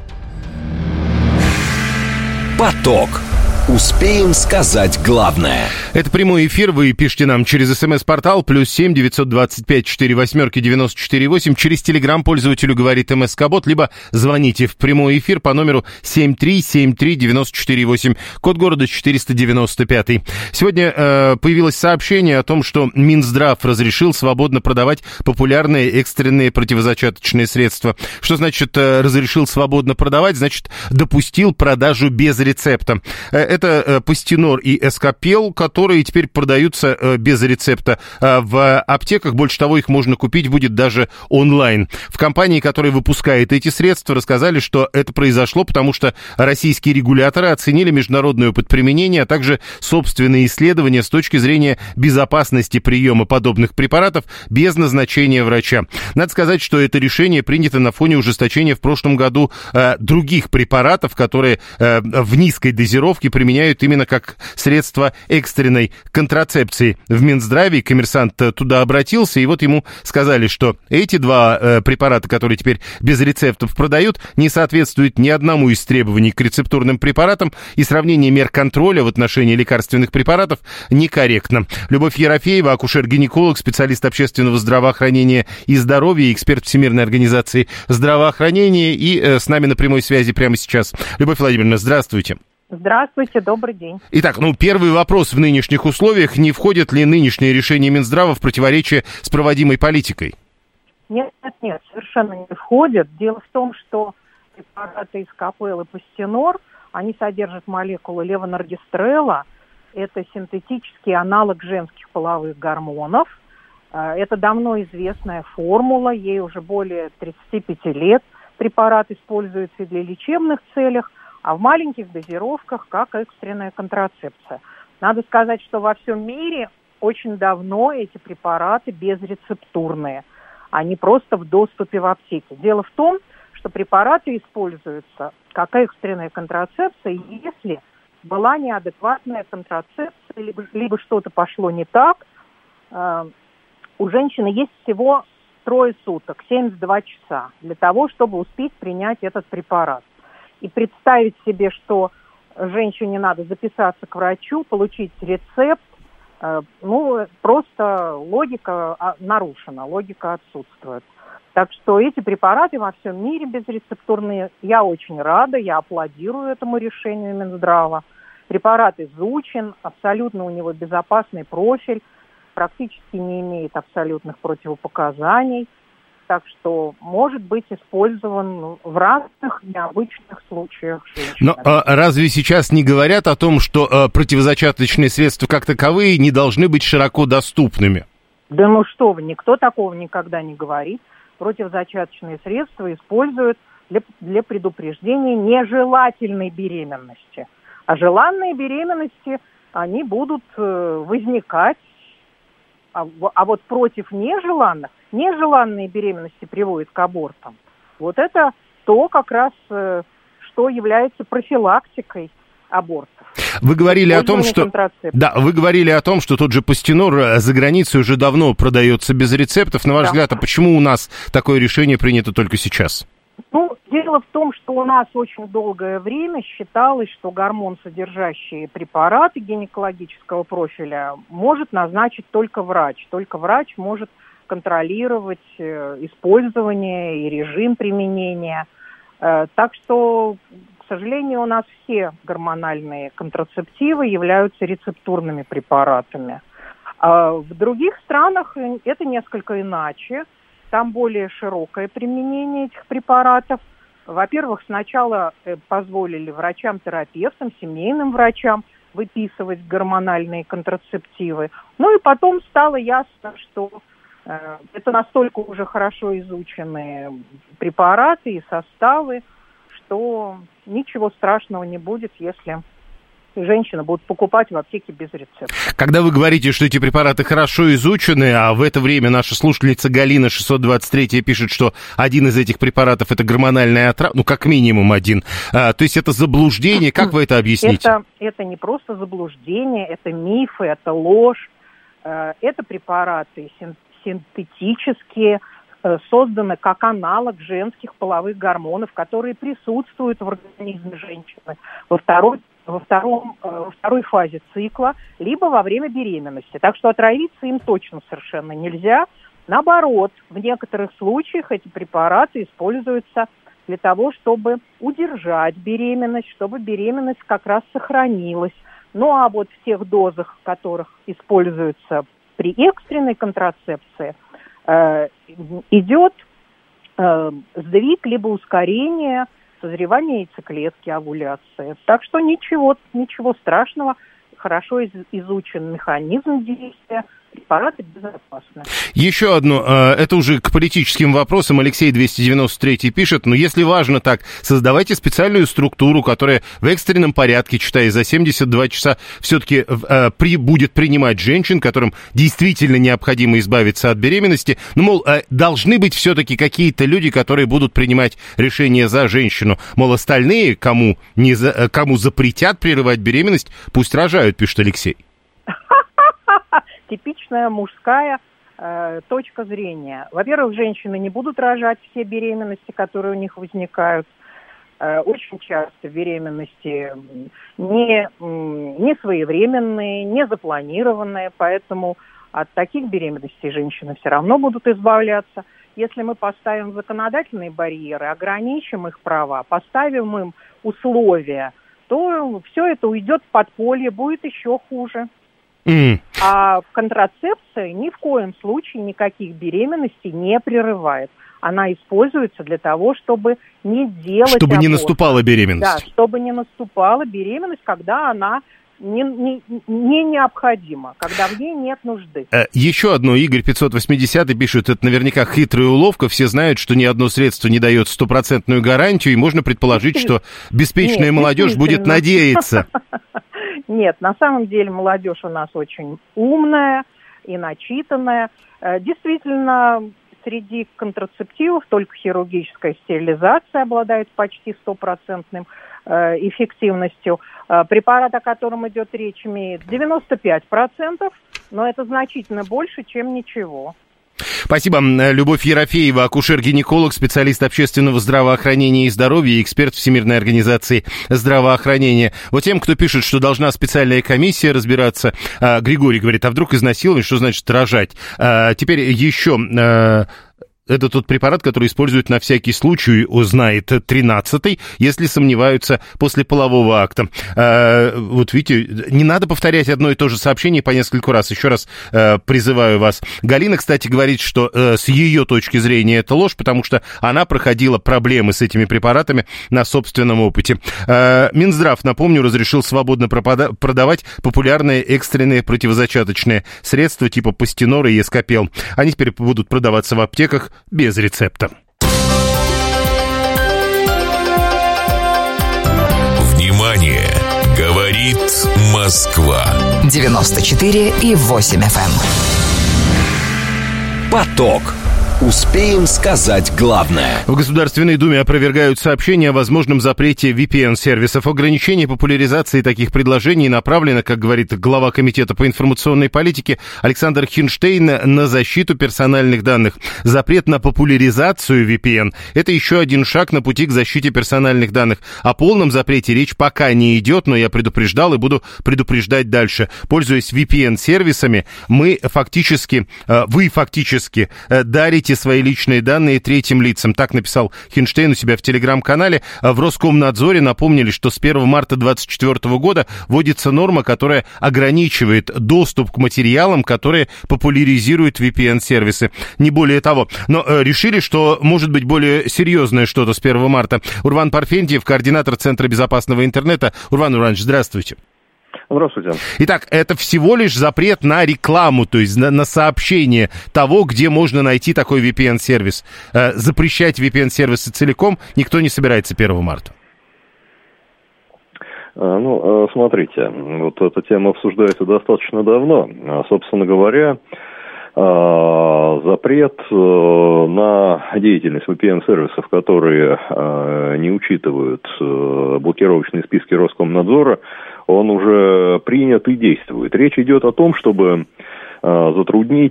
Поток. Успеем сказать главное. Это прямой эфир. Вы пишите нам через смс-портал плюс семь девятьсот двадцать пять четыре восьмерки девяносто четыре восемь. Через телеграм пользователю говорит МСК-бот. Либо звоните в прямой эфир по номеру семь три семь три девяносто четыре восемь. Код города четыреста девяносто пять. Сегодня э, появилось сообщение о том, что Минздрав разрешил свободно продавать популярные экстренные противозачаточные средства. Что значит э, разрешил свободно продавать? Значит, допустил продажу без рецепта. Э, Это Пастенор и Эскапел, которые теперь продаются без рецепта в аптеках. Больше того, их можно купить будет даже онлайн. В компании, которая выпускает эти средства, рассказали, что это произошло, потому что российские регуляторы оценили международный опыт применения, а также собственные исследования с точки зрения безопасности приема подобных препаратов без назначения врача. Надо сказать, что это решение принято на фоне ужесточения в прошлом году э, других препаратов, которые э, в низкой дозировке применяются применяют именно как средство экстренной контрацепции. В Минздраве коммерсант туда обратился, и вот ему сказали, что эти два э, препарата, которые теперь без рецептов продают, не соответствуют ни одному из требований к рецептурным препаратам, и сравнение мер контроля в отношении лекарственных препаратов некорректно. Любовь Ерофеева, акушер-гинеколог, специалист общественного здравоохранения и здоровья, эксперт Всемирной организации здравоохранения, и э, с нами на прямой связи прямо сейчас. Любовь Владимировна, здравствуйте. Здравствуйте, добрый день. Итак, ну, первый вопрос: в нынешних условиях не входят ли нынешние решения Минздрава в противоречие с проводимой политикой? Нет, нет, нет, совершенно не входят. Дело в том, что препараты Эскапел и Пастенор, они содержат молекулы левоноргестрела. Это синтетический аналог женских половых гормонов. Это давно известная формула, ей уже более тридцати пяти лет. Препарат используется и для лечебных целях, а в маленьких дозировках как экстренная контрацепция. Надо сказать, что во всем мире очень давно эти препараты безрецептурные. Они просто в доступе в аптеке. Дело в том, что препараты используются как экстренная контрацепция, если была неадекватная контрацепция, либо, либо что-то пошло не так. Э, у женщины есть всего трое суток, семьдесят два часа, для того, чтобы успеть принять этот препарат. И представить себе, что женщине надо записаться к врачу, получить рецепт, э, ну, просто логика нарушена, логика отсутствует. Так что эти препараты во всем мире безрецептурные. Я очень рада, я аплодирую этому решению Минздрава. Препарат изучен, абсолютно у него безопасный профиль, практически не имеет абсолютных противопоказаний. Так что может быть использован в разных необычных случаях женщин. Но а разве сейчас не говорят о том, что а, противозачаточные средства как таковые не должны быть широко доступными? Да ну что вы, никто такого никогда не говорит. Противозачаточные средства используют для, для предупреждения нежелательной беременности. А желанные беременности, они будут э, возникать. А, а вот против нежеланных, нежеланные беременности приводят к абортам. Вот это то, как раз, э, что является профилактикой абортов. Вы говорили о том, что да, вы говорили о том, что тот же Пастенор за границей уже давно продается без рецептов. На ваш да. взгляд, а почему у нас такое решение принято только сейчас? Ну, дело в том, что у нас очень долгое время считалось, что гормон, содержащие препараты гинекологического профиля, может назначить только врач. Только врач может контролировать использование и режим применения. Так что, к сожалению, у нас все гормональные контрацептивы являются рецептурными препаратами. В других странах это несколько иначе. Там более широкое применение этих препаратов. Во-первых, сначала позволили врачам-терапевтам, семейным врачам выписывать гормональные контрацептивы. Ну и потом стало ясно, что э, это настолько уже хорошо изученные препараты и составы, что ничего страшного не будет, если женщины будут покупать в аптеке без рецепта. Когда вы говорите, что эти препараты хорошо изучены, а в это время наша слушательница Галина шестьсот двадцать три пишет, что один из этих препаратов это гормональная отрава, ну как минимум один, а, то есть это заблуждение, как вы это объясните? Это, это не просто заблуждение, это мифы, это ложь, это препараты синтетические, созданы как аналог женских половых гормонов, которые присутствуют в организме женщины во второй во, втором, во второй фазе цикла, либо во время беременности. Так что отравиться им точно совершенно нельзя. Наоборот, в некоторых случаях эти препараты используются для того, чтобы удержать беременность, чтобы беременность как раз сохранилась. Ну а вот в тех дозах, в которых используются при экстренной контрацепции, э, идет э, сдвиг либо ускорение созревания яйцеклетки, овуляции. Так что ничего, ничего страшного, хорошо из, изучен механизм действия, препараты безопасны. Еще одно, это уже к политическим вопросам. Алексей двести девяносто три пишет, но если важно так, создавайте специальную структуру, которая в экстренном порядке, читая за семьдесят два часа, все-таки э, при, будет принимать женщин, которым действительно необходимо избавиться от беременности. Ну, мол, э, должны быть все-таки какие-то люди, которые будут принимать решения за женщину. Мол, остальные, кому, не за, кому запретят прерывать беременность, пусть рожают, пишет Алексей. Типичная мужская э, точка зрения. Во-первых, женщины не будут рожать все беременности, которые у них возникают. Э, очень часто беременности не, не своевременные, не запланированные, поэтому от таких беременностей женщины все равно будут избавляться. Если мы поставим законодательные барьеры, ограничим их права, поставим им условия, то все это уйдет в подполье, будет еще хуже. Mm. А контрацепция ни в коем случае никаких беременностей не прерывает. Она используется для того, чтобы не делать Чтобы аборт. не наступала беременность. Да, чтобы не наступала беременность, когда она не, не, не необходима, когда в ней нет нужды. Еще одно, Игорь пятьсот восемьдесят пишет, это наверняка хитрая уловка. Все знают, что ни одно средство не дает стопроцентную гарантию, и можно предположить, что беспечная Нет, молодежь будет надеяться. Нет, на самом деле молодежь у нас очень умная и начитанная. Действительно, среди контрацептивов только хирургическая стерилизация обладает почти стопроцентным эффективностью. Препарат, о котором идет речь, имеет девяносто пять процентов, но это значительно больше, чем ничего. Спасибо. Любовь Ерофеева, акушер-гинеколог, специалист общественного здравоохранения и здоровья и эксперт Всемирной организации здравоохранения. Вот тем, кто пишет, что должна специальная комиссия разбираться, Григорий говорит, а вдруг изнасилование, что значит рожать? Теперь еще... Это тот препарат, который используют на всякий случай, узнает тринадцатый, если сомневаются после полового акта. Э, вот видите, не надо повторять одно и то же сообщение по нескольку раз. Еще раз э, призываю вас. Галина, кстати, говорит, что э, с ее точки зрения это ложь, потому что она проходила проблемы с этими препаратами на собственном опыте. Э, Минздрав, напомню, разрешил свободно пропада- продавать популярные экстренные противозачаточные средства типа Пастенора и Эскапел. Они теперь будут продаваться в аптеках без рецепта. Внимание! Говорит Москва. девяносто четыре и восемь эф эм. Поток. Успеем сказать главное. В Государственной Думе опровергают сообщения о возможном запрете ви пи эн-сервисов. Ограничение популяризации таких предложений направлено, как говорит глава Комитета по информационной политике Александр Хинштейн, на защиту персональных данных. Запрет на популяризацию ви пи эн – это еще один шаг на пути к защите персональных данных. О полном запрете речь пока не идет, но я предупреждал и буду предупреждать дальше. Пользуясь ви пи эн-сервисами, мы фактически, вы фактически дарите свои личные данные третьим лицам. Так написал Хинштейн у себя в телеграм-канале. В Роскомнадзоре напомнили, что с первого марта две тысячи двадцать четвёртого года вводится норма, которая ограничивает доступ к материалам, которые популяризируют ви пи эн-сервисы. Не более того. Но э, решили, что может быть более серьезное что-то с первого марта. Урван Парфентьев, координатор Центра безопасного интернета. Урван Уранович, здравствуйте. Здравствуйте. Итак, это всего лишь запрет на рекламу, то есть на, на сообщение того, где можно найти такой ви пи эн-сервис. Э, запрещать ви пи эн-сервисы целиком никто не собирается первого марта. Ну, смотрите, вот эта тема обсуждается достаточно давно. Собственно говоря, запрет на деятельность ви пи эн-сервисов, которые не учитывают блокировочные списки Роскомнадзора, он уже принят и действует. Речь идет о том, чтобы затруднить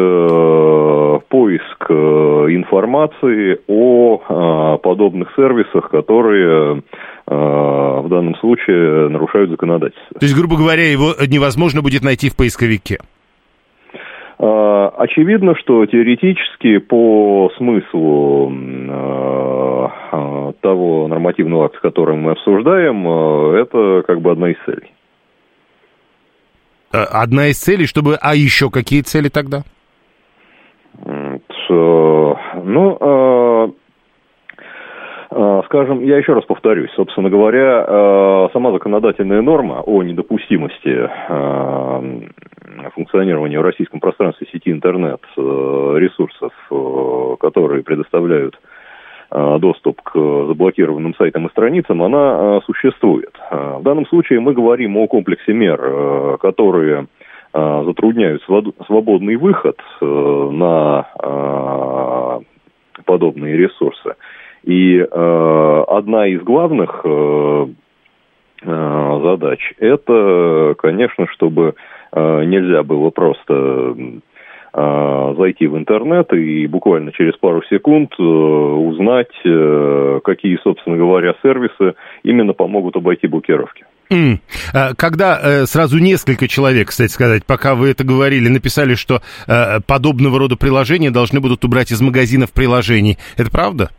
поиск информации о подобных сервисах, которые в данном случае нарушают законодательство. То есть, грубо говоря, его невозможно будет найти в поисковике? Очевидно, что теоретически по смыслу того нормативного акта, который мы обсуждаем, это как бы одна из целей. Одна из целей, чтобы... А еще какие цели тогда? Ну, скажем, я еще раз повторюсь, собственно говоря, сама законодательная норма о недопустимости функционирования в российском пространстве сети интернет ресурсов, которые предоставляют доступ к заблокированным сайтам и страницам, она существует. В данном случае мы говорим о комплексе мер, которые затрудняют свободный выход на подобные ресурсы. И одна из главных задач – это, конечно, чтобы нельзя было просто зайти в интернет и буквально через пару секунд узнать, какие, собственно говоря, сервисы именно помогут обойти блокировки. Mm. Когда э, сразу несколько человек, кстати сказать, пока вы это говорили, написали, что э, подобного рода приложения должны будут убрать из магазинов приложений, это правда?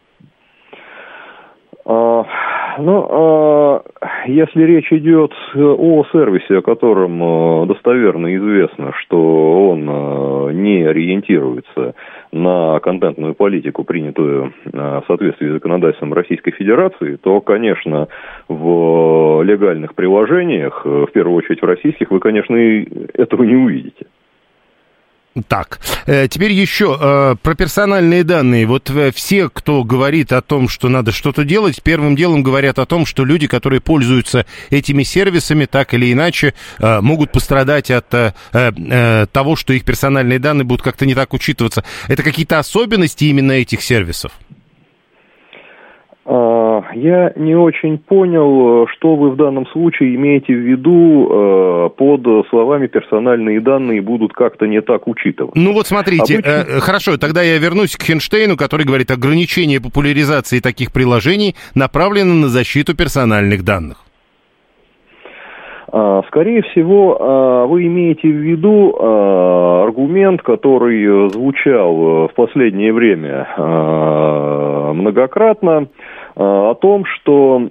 Uh... Ну, если речь идет о сервисе, о котором достоверно известно, что он не ориентируется на контентную политику, принятую в соответствии с законодательством Российской Федерации, то, конечно, в легальных приложениях, в первую очередь в российских, вы, конечно, и этого не увидите. Так, э, теперь еще э, про персональные данные. Вот э, все, кто говорит о том, что надо что-то делать, первым делом говорят о том, что люди, которые пользуются этими сервисами, так или иначе, э, могут пострадать от э, э, того, что их персональные данные будут как-то не так учитываться. Это какие-то особенности именно этих сервисов? Я не очень понял, что вы в данном случае имеете в виду под словами «персональные данные будут как-то не так учитываться». Ну вот смотрите, Обычно... э, хорошо, тогда я вернусь к Хинштейну, который говорит, ограничение популяризации таких приложений направлено на защиту персональных данных. Скорее всего, вы имеете в виду аргумент, который звучал в последнее время многократно, о том, что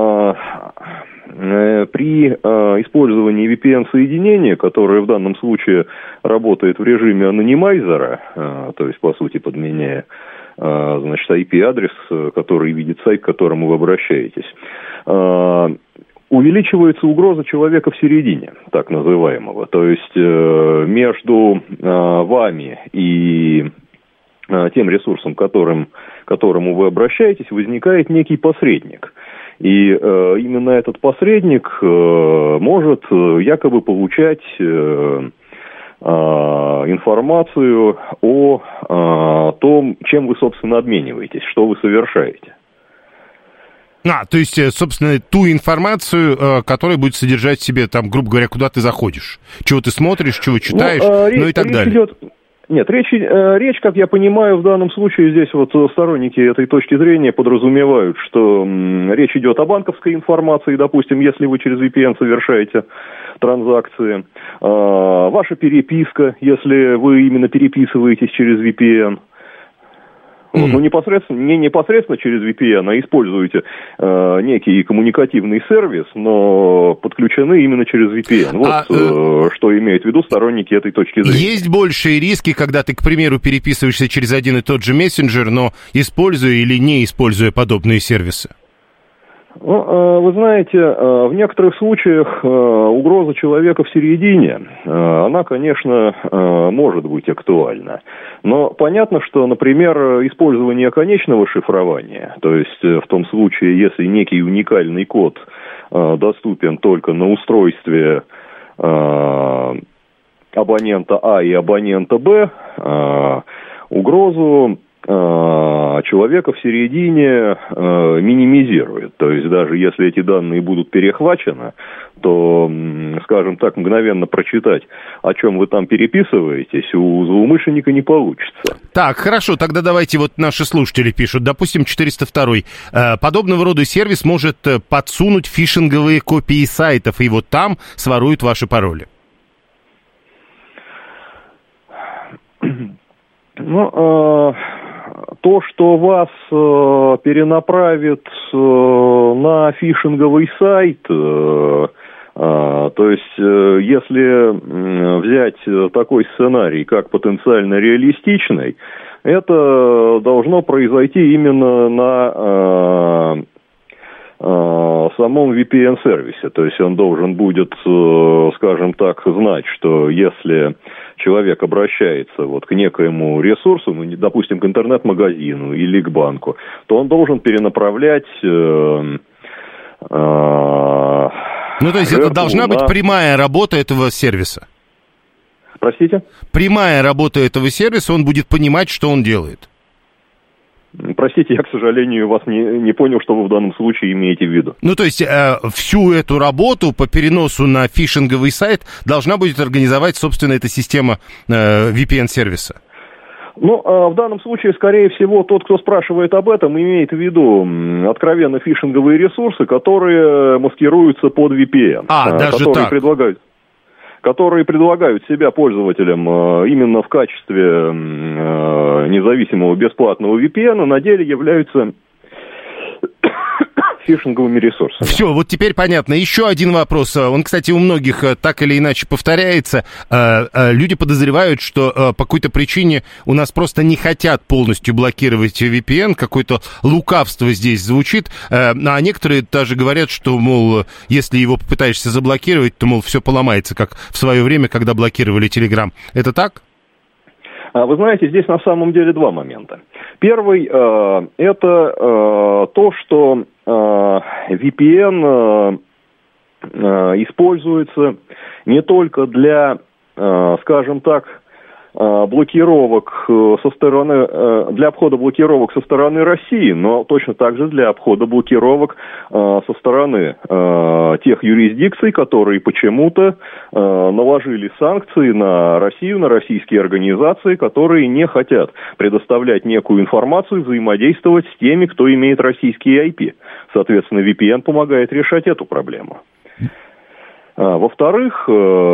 при использовании ви пи эн-соединения, которое в данном случае работает в режиме анонимайзера, то есть, по сути, подменяя, значит, ай пи-адрес, который видит сайт, к которому вы обращаетесь, увеличивается угроза человека в середине, так называемого. То есть между вами и тем ресурсом, которым, к которому вы обращаетесь, возникает некий посредник. И э, именно этот посредник э, может якобы получать э, э, информацию о э, том, чем вы, собственно, обмениваетесь, что вы совершаете. А, то есть, собственно, ту информацию, которая будет содержать в себе, там, грубо говоря, куда ты заходишь, чего ты смотришь, чего читаешь, ну, речь, ну и так речь далее. Идет... Нет, речь, речь, как я понимаю, в данном случае здесь вот сторонники этой точки зрения подразумевают, что м, речь идет о банковской информации, допустим, если вы через ви пи эн совершаете транзакции, э, ваша переписка, если вы именно переписываетесь через ви пи эн. Вот, ну, непосредственно, не непосредственно через ви пи эн, а используете э, некий коммуникативный сервис, но подключены именно через ви пи эн. Вот а, э, что имеют в виду сторонники этой точки зрения. Есть большие риски, когда ты, к примеру, переписываешься через один и тот же мессенджер, но используя или не используя подобные сервисы? Ну, вы знаете, в некоторых случаях угроза человека в середине, она, конечно, может быть актуальна. Но понятно, что, например, использование конечного шифрования, то есть в том случае, если некий уникальный код доступен только на устройстве абонента А и абонента Б, угрозу человека в середине э, минимизирует. То есть даже если эти данные будут перехвачены, то, скажем так, мгновенно прочитать, о чем вы там переписываетесь, у злоумышленника не получится. Так, хорошо, тогда давайте вот наши слушатели пишут. Допустим, четыреста второй. Э, подобного рода сервис может подсунуть фишинговые копии сайтов, и вот там своруют ваши пароли. Ну, э, то, что вас э, перенаправит э, на фишинговый сайт, э, э, то есть, э, если э, взять такой сценарий, как потенциально реалистичный, это должно произойти именно на э, э, самом ви пи эн-сервисе. То есть он должен будет, э, скажем так, знать, что если человек обращается вот к некоему ресурсу, ну, допустим, к интернет-магазину или к банку, то он должен перенаправлять... Э, э, ну, то есть это должна на... быть прямая работа этого сервиса? Простите? Прямая работа этого сервиса, он будет понимать, что он делает. Простите, я, к сожалению, вас не, не понял, что вы в данном случае имеете в виду. Ну, то есть э, всю эту работу по переносу на фишинговый сайт должна будет организовать, собственно, эта система э, ви пи эн-сервиса? Ну, э, в данном случае, скорее всего, тот, кто спрашивает об этом, имеет в виду откровенно фишинговые ресурсы, которые маскируются под ви пи эн. А, э, даже которые так? предлагают... которые предлагают себя пользователям э, именно в качестве э, независимого бесплатного ви пи эн, на деле являются фишинговыми ресурсами. Все, вот теперь понятно. Еще один вопрос. Он, кстати, у многих так или иначе повторяется. Люди подозревают, что по какой-то причине у нас просто не хотят полностью блокировать ви пи эн. Какое-то лукавство здесь звучит. А некоторые даже говорят, что, мол, если его попытаешься заблокировать, то, мол, все поломается, как в свое время, когда блокировали Telegram. Это так? Вы знаете, здесь на самом деле два момента. Первый э, – это э, то, что э, ви пи эн э, э, используется не только для, э, скажем так, блокировок со стороны, для обхода блокировок со стороны России, но точно так же для обхода блокировок со стороны тех юрисдикций, которые почему-то наложили санкции на Россию, на российские организации, которые не хотят предоставлять некую информацию, взаимодействовать с теми, кто имеет российский ай пи. Соответственно, ви пи эн помогает решать эту проблему. Во-вторых,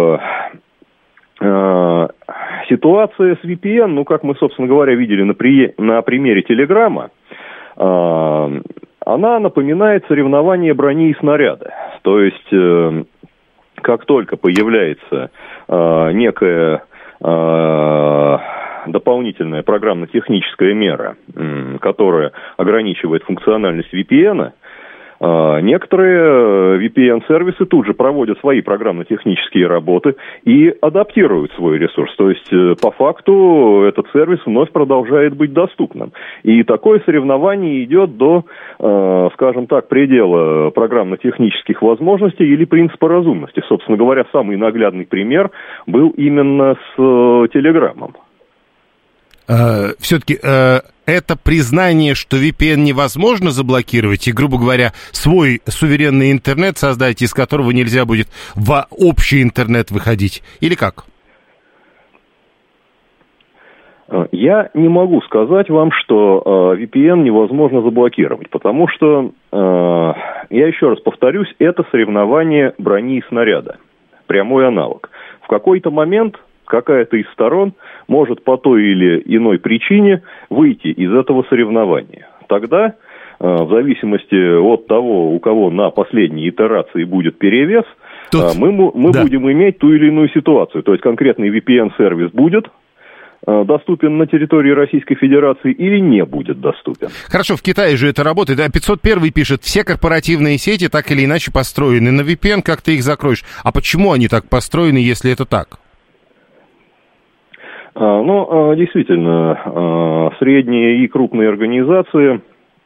ситуация с ви пи эн, ну, как мы, собственно говоря, видели на, при... на примере Телеграма, э, она напоминает соревнование брони и снаряда. То есть, э, как только появляется э, некая э, дополнительная программно-техническая мера, э, которая ограничивает функциональность ви пи эн, некоторые ви пи эн-сервисы тут же проводят свои программно-технические работы и адаптируют свой ресурс. То есть, по факту, этот сервис вновь продолжает быть доступным. И такое соревнование идет до, скажем так, предела программно-технических возможностей или принципа разумности. Собственно говоря, самый наглядный пример был именно с Телеграмом. Все-таки это признание, что ви пи эн невозможно заблокировать, и, грубо говоря, свой суверенный интернет создать, из которого нельзя будет в общий интернет выходить, или как? Я не могу сказать вам, что ви пи эн невозможно заблокировать, потому что, я еще раз повторюсь, это соревнование брони и снаряда, прямой аналог. В какой-то момент какая-то из сторон может по той или иной причине выйти из этого соревнования. Тогда, в зависимости от того, у кого на последней итерации будет перевес, Тут... мы, мы да. будем иметь ту или иную ситуацию. То есть конкретный ви пи эн-сервис будет доступен на территории Российской Федерации или не будет доступен. Хорошо, в Китае же это работает. А пятьсот один пишет, все корпоративные сети так или иначе построены на ви пи эн, как ты их закроешь? А почему они так построены, если это так? Ну, действительно, средние и крупные организации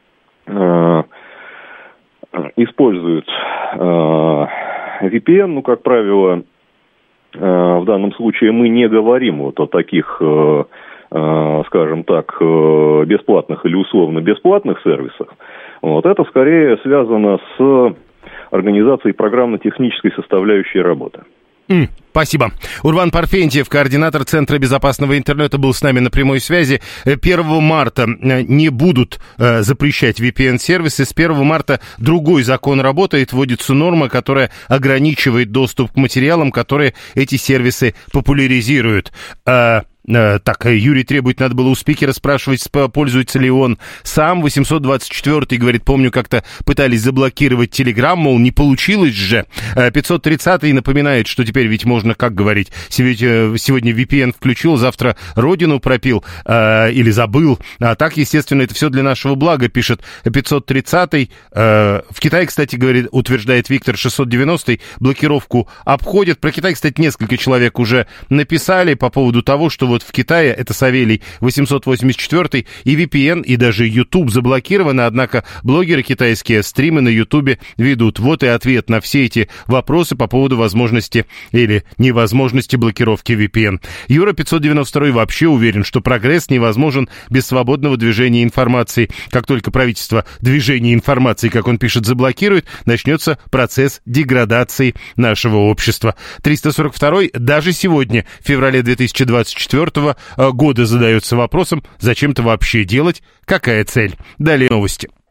используют ви пи эн, ну, как правило, в данном случае мы не говорим вот о таких, скажем так, бесплатных или условно-бесплатных сервисах. Вот это скорее связано с организацией программно-технической составляющей работы. Mm, спасибо. Урван Парфентьев, координатор Центра безопасного интернета, был с нами на прямой связи. первого марта не будут э, запрещать ви пи эн-сервисы. С первого марта другой закон работает, вводится норма, которая ограничивает доступ к материалам, которые эти сервисы популяризируют. Э, Так, Юрий требует, надо было у спикера спрашивать, пользуется ли он сам. восемьсот двадцать четвёртый говорит, помню, как-то пытались заблокировать Телеграм, мол, не получилось же. пятьсот тридцатый напоминает, что теперь ведь можно, как говорить, сегодня ви пи эн включил, завтра родину пропил э, или забыл. А так, естественно, это все для нашего блага, пишет пятьсот тридцатый. Э, в Китае, кстати, говорит, утверждает Виктор шестьсот девяностый, блокировку обходят. Про Китай, кстати, несколько человек уже написали по поводу того, что вот в Китае, это Савелий восемьсот восемьдесят четвёртый, и ви пи эн, и даже YouTube заблокированы, однако блогеры китайские стримы на YouTube ведут. Вот и ответ на все эти вопросы по поводу возможности или невозможности блокировки ви пи эн. Юра пятьсот девяносто второй вообще уверен, что прогресс невозможен без свободного движения информации. Как только правительство движение информации, как он пишет, заблокирует, начнется процесс деградации нашего общества. триста сорок второй даже сегодня, в феврале две тысячи двадцать четвёртого года, задается вопросом, зачем это вообще делать, какая цель. Далее новости.